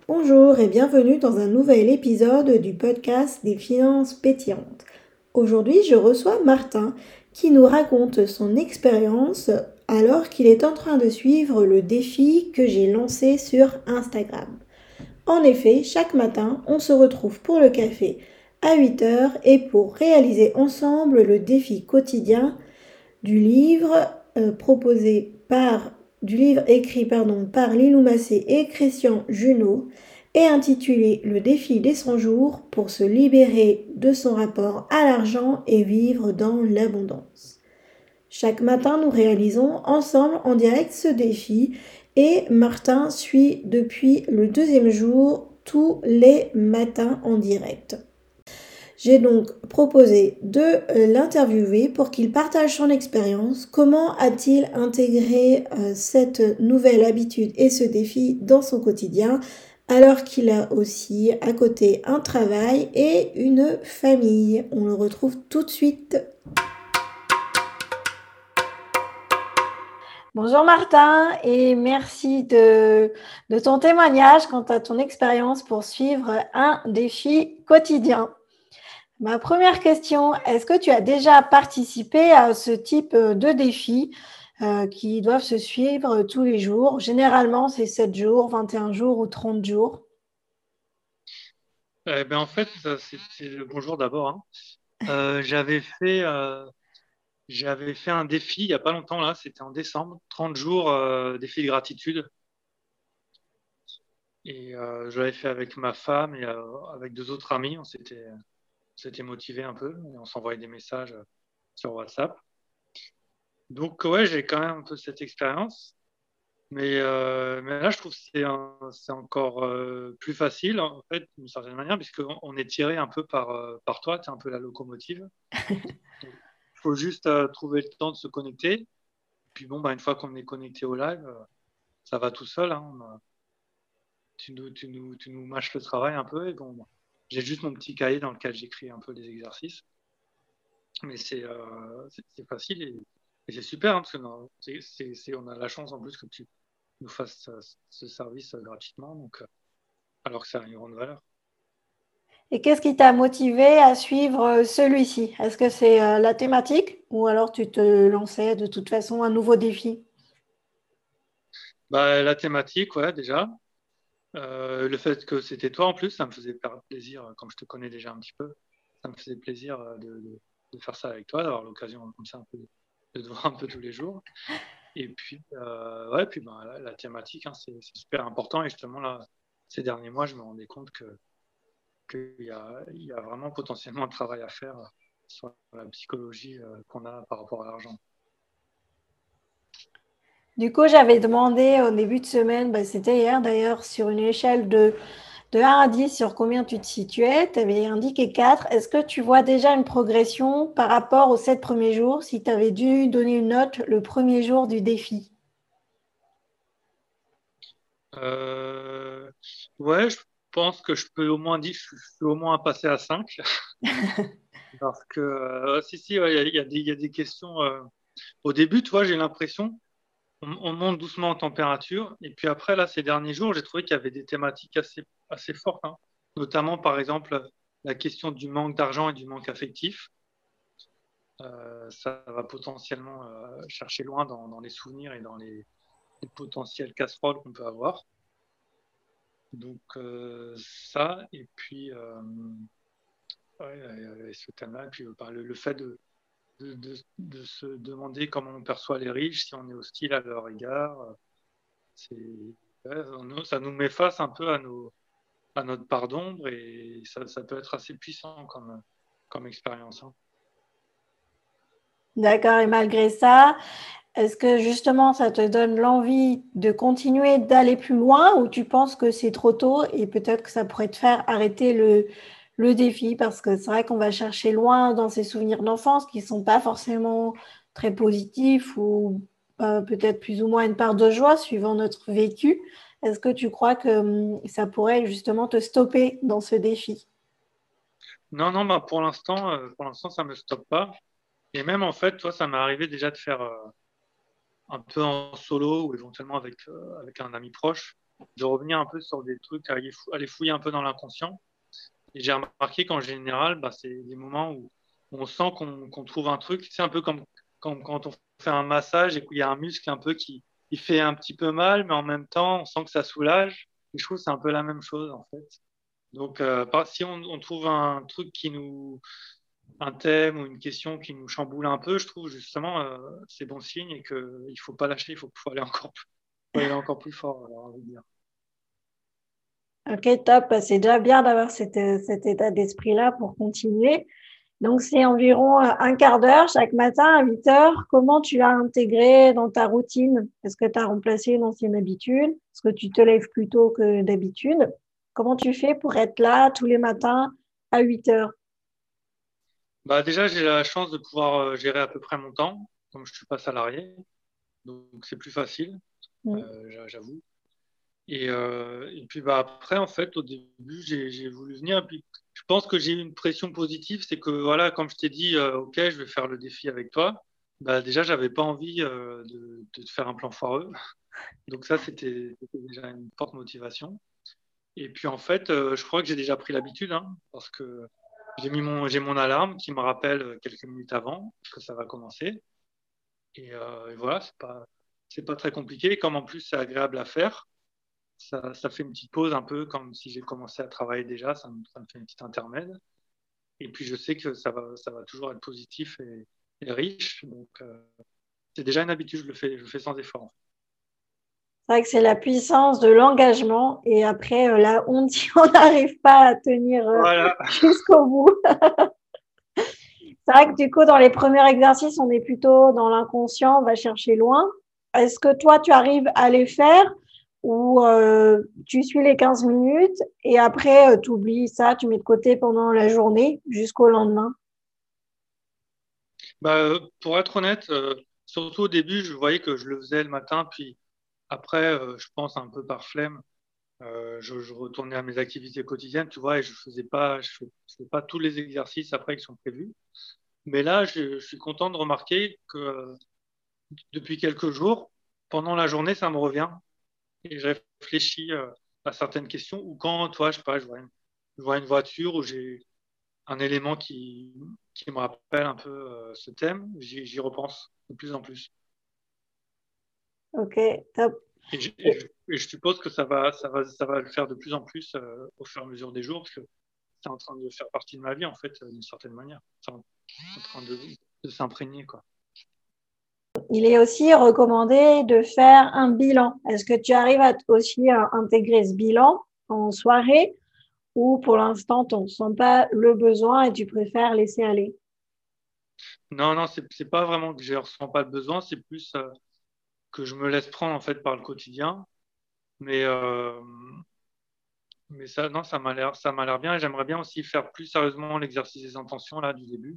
Bonjour et bienvenue dans un nouvel épisode du podcast des finances pétillantes. Aujourd'hui, je reçois Martin qui nous raconte son expérience alors qu'il est en train de suivre le défi que j'ai lancé sur Instagram. En effet, chaque matin, on se retrouve pour le café à 8 heures et pour réaliser ensemble le défi quotidien du livre proposé par du livre écrit par Lilou Massé et Christian Junot et intitulé Le défi des 100 jours pour se libérer de son rapport à l'argent et vivre dans l'abondance. Chaque matin, nous réalisons ensemble en direct ce défi et Martin suit depuis le deuxième jour tous les matins en direct. J'ai donc proposé de l'interviewer pour qu'il partage son expérience. Comment a-t-il intégré cette nouvelle habitude et ce défi dans son quotidien alors qu'il a aussi à côté un travail et une famille. On le retrouve tout de suite. Bonjour Martin et merci de ton témoignage quant à ton expérience pour suivre un défi quotidien. Ma première question, est-ce que tu as déjà participé à ce type de défis qui doivent se suivre tous les jours? Généralement, c'est 7 jours, 21 jours ou 30 jours. En fait, bonjour d'abord, hein. J'avais fait un défi il n'y a pas longtemps, là, c'était en décembre, 30 jours défi de gratitude. Et je l'avais fait avec ma femme et avec deux autres amis. On s'était motivés un peu et on s'envoyait des messages sur WhatsApp. Donc, ouais, j'ai quand même un peu cette expérience. Mais là, je trouve que c'est encore plus facile, en fait, d'une certaine manière, puisqu'on est tiré un peu par toi, tu es un peu la locomotive. Il faut juste trouver le temps de se connecter. Puis bon, bah, une fois qu'on est connecté au live, ça va tout seul, hein. Tu nous mâches le travail un peu. Et bon, j'ai juste mon petit cahier dans lequel j'écris un peu des exercices. Mais c'est facile et c'est super, hein, parce que non, on a la chance en plus que tu nous fasses ce service gratuitement, donc, alors que c'est une grande valeur. Et qu'est-ce qui t'a motivé à suivre celui-ci? Est-ce que c'est la thématique ou alors tu te lançais de toute façon un nouveau défi? Bah, la thématique, ouais, déjà. Le fait que c'était toi en plus, ça me faisait plaisir, comme je te connais déjà un petit peu, ça me faisait plaisir de faire ça avec toi, d'avoir l'occasion comme ça un peu de te voir un peu tous les jours. Et puis, ouais, puis ben, la thématique, hein, c'est super important. Et justement, là, ces derniers mois, je me rendais compte qu'il y a vraiment potentiellement un travail à faire sur la psychologie qu'on a par rapport à l'argent. Du coup, j'avais demandé au début de semaine, bah, c'était hier d'ailleurs, sur une échelle de 1 à 10 sur combien tu te situais. Tu avais indiqué 4. Est-ce que tu vois déjà une progression par rapport aux 7 premiers jours si tu avais dû donner une note le premier jour du défi? Euh, ouais, je pense que je peux au moins dire, je suis au moins passé à 5. Parce que, si, si, ouais, il y a des questions. Au début, tu vois, j'ai l'impression, on monte doucement en température. Et puis après, là, ces derniers jours, j'ai trouvé qu'il y avait des thématiques assez fortes, hein. Notamment, par exemple, la question du manque d'argent et du manque affectif. Ça va potentiellement chercher loin dans les souvenirs et dans les potentielles casseroles qu'on peut avoir. Donc, ça, et puis, ouais, ce thème-là, et puis le fait de se demander comment on perçoit les riches, si on est hostile à leur égard. C'est, ouais, ça nous met face un peu à notre part d'ombre et ça peut être assez puissant comme expérience, hein. D'accord, et malgré ça, est-ce que justement ça te donne l'envie de continuer d'aller plus loin ou tu penses que c'est trop tôt et peut-être que ça pourrait te faire arrêter le défi parce que c'est vrai qu'on va chercher loin dans ces souvenirs d'enfance qui ne sont pas forcément très positifs ou peut-être plus ou moins une part de joie suivant notre vécu. Est-ce que tu crois que ça pourrait justement te stopper dans ce défi? Non, non, bah pour l'instant, ça me stoppe pas. Et même en fait, toi, ça m'est arrivé déjà de faire un peu en solo ou éventuellement avec un ami proche. de revenir un peu sur des trucs, aller fouiller un peu dans l'inconscient. Et j'ai remarqué qu'en général, c'est des moments où on sent qu'on trouve un truc. C'est un peu comme quand on fait un massage et qu'il y a un muscle un peu qui fait un petit peu mal, mais en même temps, on sent que ça soulage. Et je trouve que c'est un peu la même chose, en fait. Donc, si on trouve un truc un thème ou une question qui nous chamboule un peu, je trouve justement, c'est bon signe et qu'il faut pas lâcher, faut aller faut aller encore plus fort, alors, on va dire. Ok, top. C'est déjà bien d'avoir cet état d'esprit-là pour continuer. Donc, c'est environ un quart d'heure chaque matin à 8 heures. Comment tu l'as intégré dans ta routine? Est-ce que tu as remplacé une ancienne habitude? Est-ce que tu te lèves plus tôt que d'habitude? Comment tu fais pour être là tous les matins à 8 heures? Déjà, j'ai la chance de pouvoir gérer à peu près mon temps, comme je suis pas salarié, donc c'est plus facile, Mm. j'avoue. Et puis après, en fait, au début, j'ai voulu venir. Et puis, je pense que j'ai eu une pression positive, c'est que voilà, comme je t'ai dit, ok, je vais faire le défi avec toi. Déjà, j'avais pas envie de te faire un plan foireux. Donc ça, c'était déjà une forte motivation. Et puis en fait, je crois que j'ai déjà pris l'habitude, hein, parce que j'ai mon alarme qui me rappelle quelques minutes avant que ça va commencer. Et voilà, c'est pas très compliqué. Comme en plus c'est agréable à faire, ça fait une petite pause un peu comme si j'ai commencé à travailler déjà. Ça me fait une petite intermède. Et puis je sais que ça va toujours être positif et riche. Donc c'est déjà une habitude. Je le fais sans effort. C'est vrai que c'est la puissance de l'engagement et après la honte si on n'arrive pas à tenir Voilà. jusqu'au bout. C'est vrai que du coup, dans les premiers exercices, on est plutôt dans l'inconscient, on va chercher loin. Est-ce que toi, tu arrives à les faire ou tu suis les 15 minutes et après, tu oublies ça, tu mets de côté pendant la journée jusqu'au lendemain? Pour être honnête, surtout au début, je voyais que je le faisais le matin, puis après, je pense un peu par flemme, je retournais à mes activités quotidiennes, tu vois, et je faisais pas tous les exercices après qui sont prévus. Mais là, je suis content de remarquer que depuis quelques jours, pendant la journée, ça me revient et je réfléchis à certaines questions. Ou quand, toi, je sais pas, je vois une voiture où j'ai un élément qui me rappelle un peu ce thème, j'y repense de plus en plus. Ok, top. Et je suppose que ça va le faire de plus en plus au fur et à mesure des jours, parce que c'est en train de faire partie de ma vie, en fait, d'une certaine manière. C'est en train de s'imprégner, quoi. Il est aussi recommandé de faire un bilan. Est-ce que tu arrives aussi à intégrer ce bilan en soirée ou pour l'instant, tu ne sens pas le besoin et tu préfères laisser aller? Non, non, c'est pas vraiment que je ressens pas le besoin, c'est plus que je me laisse prendre, en fait, par le quotidien. Mais, euh, mais ça, non, ça m'a l'air bien. Et j'aimerais bien aussi faire plus sérieusement l'exercice des intentions, là, du début.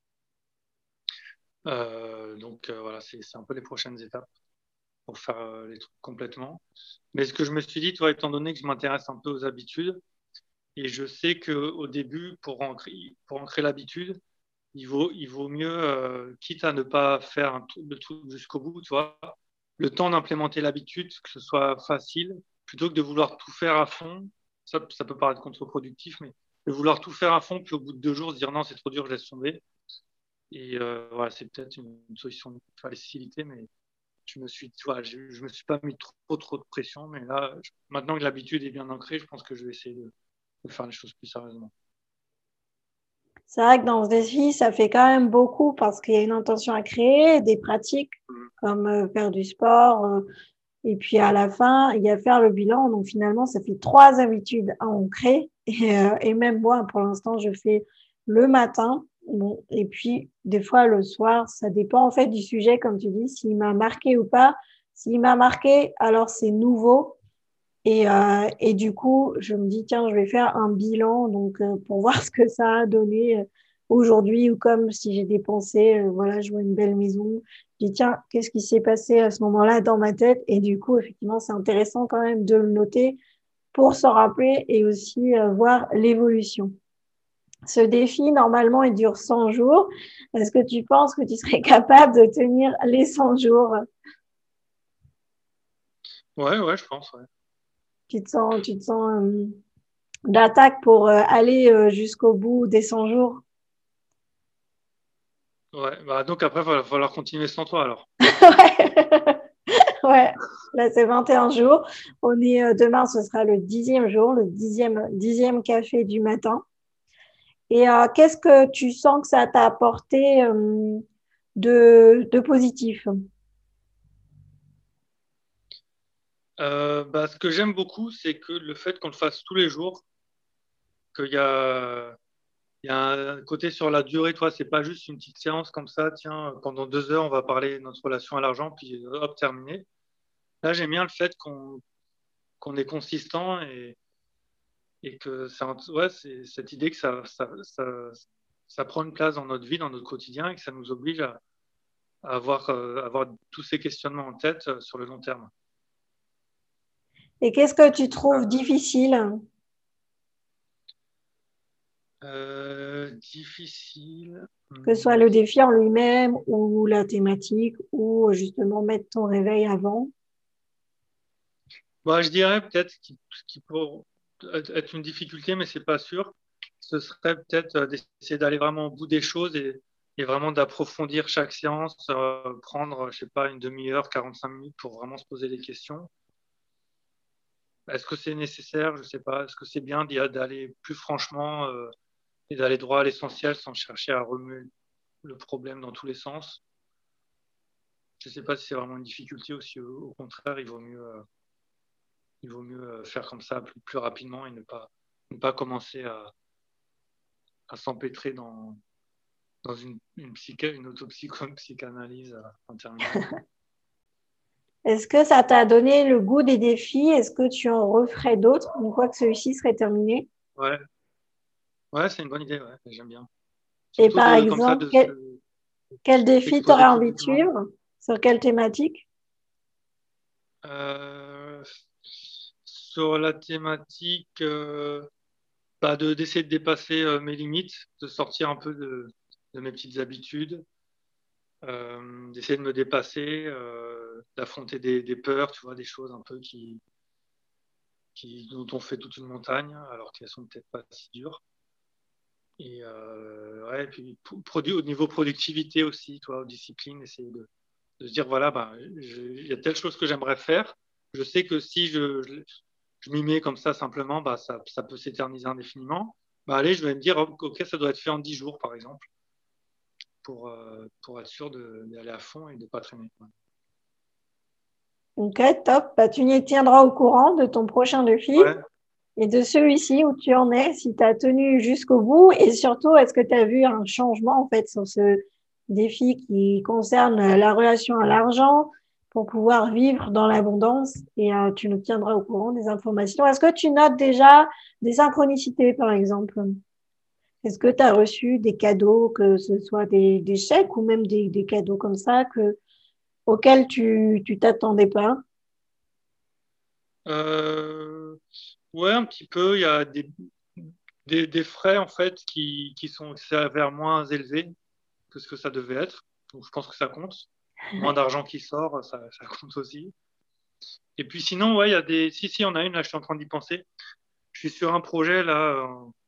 Voilà, c'est un peu les prochaines étapes pour faire les trucs complètement. Mais ce que je me suis dit, toi, étant donné que je m'intéresse un peu aux habitudes, et je sais qu'au début, pour ancrer l'habitude, il vaut mieux, quitte à ne pas faire le truc jusqu'au bout, tu vois, le temps d'implémenter l'habitude, que ce soit facile, plutôt que de vouloir tout faire à fond. Ça peut paraître contre-productif, mais de vouloir tout faire à fond, puis au bout de 2 jours, se dire non, c'est trop dur, je laisse tomber. Et voilà, c'est peut-être une solution de facilité, mais tu vois, je me suis pas mis trop de pression, mais là, maintenant que l'habitude est bien ancrée, je pense que je vais essayer de faire les choses plus sérieusement. C'est vrai que dans ce défi, ça fait quand même beaucoup parce qu'il y a une intention à créer, des pratiques comme faire du sport. Et puis à la fin, il y a faire le bilan. Donc finalement, ça fait 3 habitudes à ancrer. Et même moi, pour l'instant, je fais le matin. Bon, et puis des fois le soir, ça dépend en fait du sujet, comme tu dis, s'il m'a marqué ou pas. S'il m'a marqué, alors c'est nouveau. Et du coup, je me dis, tiens, je vais faire un bilan donc, pour voir ce que ça a donné aujourd'hui ou comme si j'ai dépensé, voilà, je vois une belle maison. Je dis, tiens, qu'est-ce qui s'est passé à ce moment-là dans ma tête? Et du coup, effectivement, c'est intéressant quand même de le noter pour s'en rappeler et aussi voir l'évolution. Ce défi, normalement, il dure 100 jours. Est-ce que tu penses que tu serais capable de tenir les 100 jours? Ouais, ouais, je pense, ouais. Tu te sens d'attaque pour aller jusqu'au bout des 100 jours. Ouais, bah donc après, il va falloir continuer sans toi alors. Ouais. Ouais, là c'est 21 jours. On est demain, ce sera le 10e jour, le dixième café du matin. Et qu'est-ce que tu sens que ça t'a apporté de positif? Bah, ce que j'aime beaucoup, c'est que le fait qu'on le fasse tous les jours, qu'il y a un côté sur la durée, toi, c'est pas juste une petite séance comme ça, tiens, pendant 2 heures, on va parler de notre relation à l'argent, puis hop, terminé. Là, j'aime bien le fait qu'on est consistant et que ouais, c'est cette idée que ça prend une place dans notre vie, dans notre quotidien, et que ça nous oblige à avoir tous ces questionnements en tête sur le long terme. Et qu'est-ce que tu trouves difficile? Difficile. Que ce soit le défi en lui-même ou la thématique ou justement mettre ton réveil avant. Bah, je dirais peut-être ce qui peut être une difficulté, mais c'est pas sûr. Ce serait peut-être d'essayer d'aller vraiment au bout des choses et vraiment d'approfondir chaque séance, prendre, je sais pas, une demi-heure, 45 minutes pour vraiment se poser des questions. Est-ce que c'est nécessaire? Je sais pas. Est-ce que c'est bien d'aller plus franchement et d'aller droit à l'essentiel sans chercher à remuer le problème dans tous les sens? Je sais pas si c'est vraiment une difficulté ou si au contraire il vaut mieux faire comme ça plus rapidement et ne pas commencer à s'empêtrer dans une autopsychanalyse interminable. Est-ce que ça t'a donné le goût des défis? Est-ce que tu en referais d'autres une fois que celui-ci serait terminé? Ouais, ouais, c'est une bonne idée, ouais, j'aime bien. Et Surtout par comme ça exemple, de quel défi s'exposer t'aurais envie de publiquement. suivre? Sur quelle thématique? Euh, sur la thématique, d'essayer de dépasser mes limites, de sortir un peu de mes petites habitudes, d'essayer de me dépasser, d'affronter des peurs, tu vois, des choses un peu dont on fait toute une montagne, alors qu'elles sont peut-être pas si dures. Et ouais, et puis au niveau productivité aussi, toi, discipline, essayer de se dire, voilà, bah, il y a telle chose que j'aimerais faire. Je sais que si je m'y mets comme ça simplement, bah, ça peut s'éterniser indéfiniment. Bah, allez, je vais me dire, ok, ça doit être fait en 10 jours, par exemple, pour être sûr d'aller à fond et de ne pas traîner. Ok, top. Bah, tu nous tiendras au courant de ton prochain défi Ouais, et de celui-ci où tu en es, si tu as tenu jusqu'au bout et surtout, est-ce que tu as vu un changement en fait sur ce défi qui concerne la relation à l'argent pour pouvoir vivre dans l'abondance et tu nous tiendras au courant des informations. Est-ce que tu notes déjà des synchronicités par exemple? Est-ce que tu as reçu des cadeaux, que ce soit des chèques ou même des cadeaux comme ça auxquels tu t'attendais pas? euh, ouais, un petit peu. Il y a des frais en fait qui sont s'avèrent moins élevés que ce que ça devait être. Donc je pense que ça compte. Moins d'argent qui sort, ça compte aussi. Et puis sinon, ouais, il y a si, on a une, là, je suis en train d'y penser. Je suis sur un projet, là,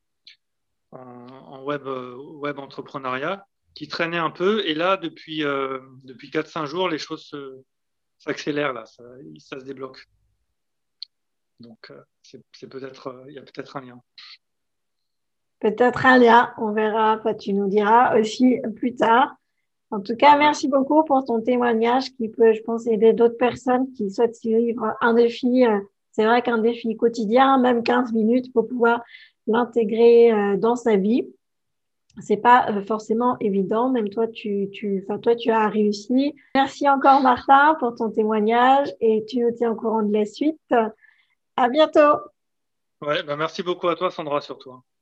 en web entrepreneuriat, qui traînait un peu. Et là, depuis 4-5 jours, les choses s'accélèrent, là, ça se débloque. Donc, c'est peut-être, il y a peut-être un lien. Peut-être un lien, on verra, enfin, tu nous diras aussi plus tard. En tout cas, Ouais. merci beaucoup pour ton témoignage qui peut, je pense, aider d'autres personnes qui souhaitent suivre un défi. C'est vrai qu'un défi quotidien, même 15 minutes, pour pouvoir l'intégrer dans sa vie. C'est pas forcément évident. Même toi, enfin, toi, tu as réussi. Merci encore, Martin, pour ton témoignage et tu nous tiens au courant de la suite. À bientôt. Ouais, bah merci beaucoup à toi, Sandra, surtout.